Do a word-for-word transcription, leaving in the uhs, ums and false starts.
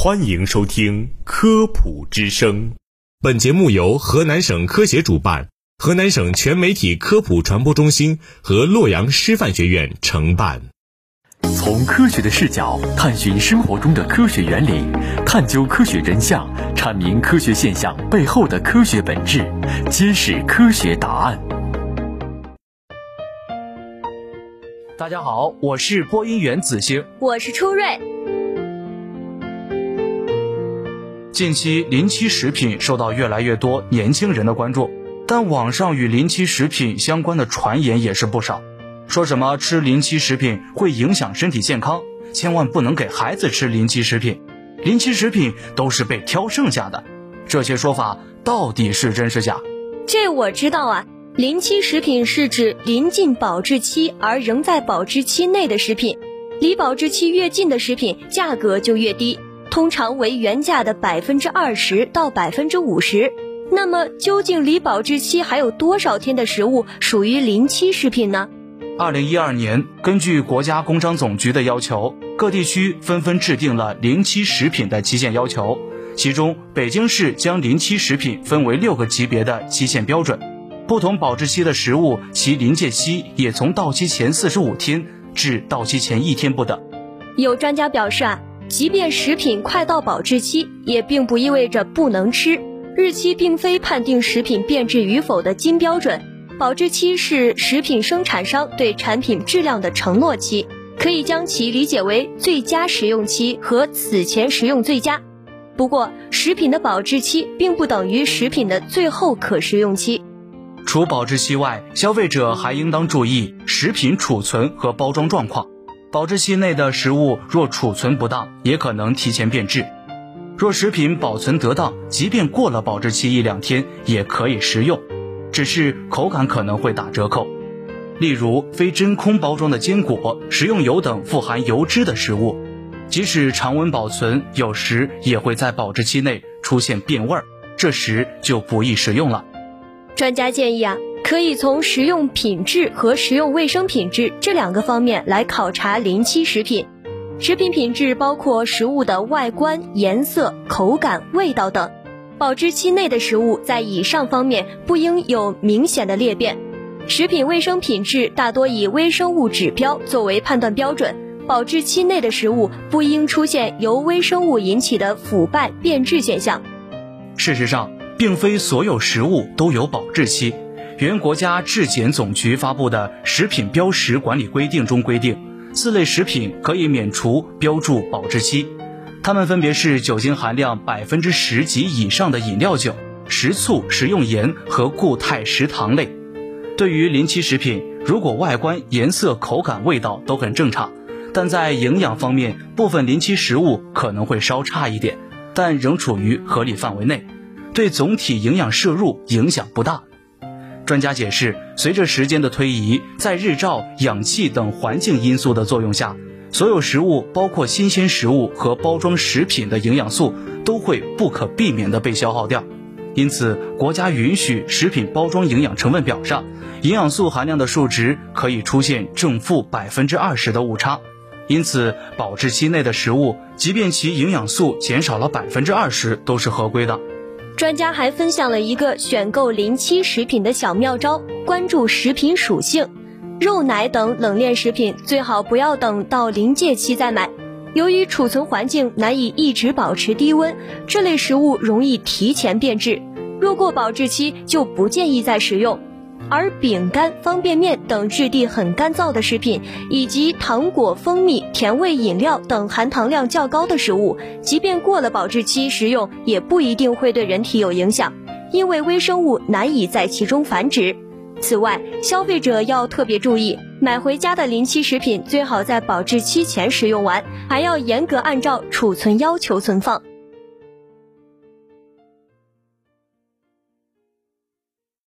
欢迎收听科普之声。本节目由河南省科协主办，河南省全媒体科普传播中心和洛阳师范学院承办。 从科学的视角探寻生活中的科学原理，探究科学真相，阐明科学现象背后的科学本质，揭示科学答案。 大家好，我是播音员子星， 我是初瑞。 近期临期食品受到越来越多年轻人的关注，但网上与临期食品相关的传言也是不少，说什么吃临期食品会影响身体健康，千万不能给孩子吃临期食品，临期食品都是被挑剩下的。这些说法到底是真是假？ 这我知道啊，临期食品是指临近保质期而仍在保质期内的食品，离保质期越近的食品价格就越低，通常为原价的百分之二十到百分之五十。那么究竟离保质期还有多少天的食物属于临期食品呢？ 二零一二年，根据国家工商总局的要求，各地区纷纷制定了临期食品的期限要求，其中北京市将临期食品分为六个级别的期限标准，不同保质期的食物，其临界期也从到期前四十五天至到期前一天不等。 有专家表示啊，即便食品快到保质期，也并不意味着不能吃。日期并非判定食品变质与否的金标准，保质期是食品生产商对产品质量的承诺期，可以将其理解为最佳食用期和此前食用最佳。不过，食品的保质期并不等于食品的最后可食用期。 除保质期外，消费者还应当注意食品储存和包装状况。保质期内的食物若储存不当，也可能提前变质。若食品保存得当，即便过了保质期一两天也可以食用，只是口感可能会打折扣。例如非真空包装的坚果、食用油等富含油脂的食物，即使常温保存，有时也会在保质期内出现变味儿，这时就不宜食用了。 专家建议啊，可以从食用品质和食用卫生品质这两个方面来考察临期食品。食品品质包括食物的外观、颜色、口感、味道等。保质期内的食物在以上方面不应有明显的裂变。食品卫生品质大多以微生物指标作为判断标准，保质期内的食物不应出现由微生物引起的腐败变质现象。 事实上，并非所有食物都有保质期。原国家质检总局发布的《食品标识管理规定》中规定，四类食品可以免除标注保质期，它们分别是酒精含量百分之十及以上的饮料酒、食醋、食用盐和固态食糖类。对于临期食品，如果外观、颜色、口感、味道都很正常，但在营养方面，部分临期食物可能会稍差一点，但仍处于合理范围内，对总体营养摄入影响不大。专家解释，随着时间的推移，在日照、氧气等环境因素的作用下，所有食物，包括新鲜食物和包装食品的营养素都会不可避免地被消耗掉。因此，国家允许食品包装营养成分表上营养素含量的数值可以出现正负百分之二十的误差。因此，保质期内的食物，即便其营养素减少了百分之二十，都是合规的。 专家还分享了一个选购临期食品的小妙招，关注食品属性。肉奶等冷链食品最好不要等到临界期再买，由于储存环境难以一直保持低温，这类食物容易提前变质，若过保质期就不建议再食用。而饼干、方便面等质地很干燥的食品，以及糖果、蜂蜜、甜味饮料等含糖量较高的食物，即便过了保质期食用，也不一定会对人体有影响，因为微生物难以在其中繁殖。此外，消费者要特别注意，买回家的临期食品最好在保质期前食用完，还要严格按照储存要求存放。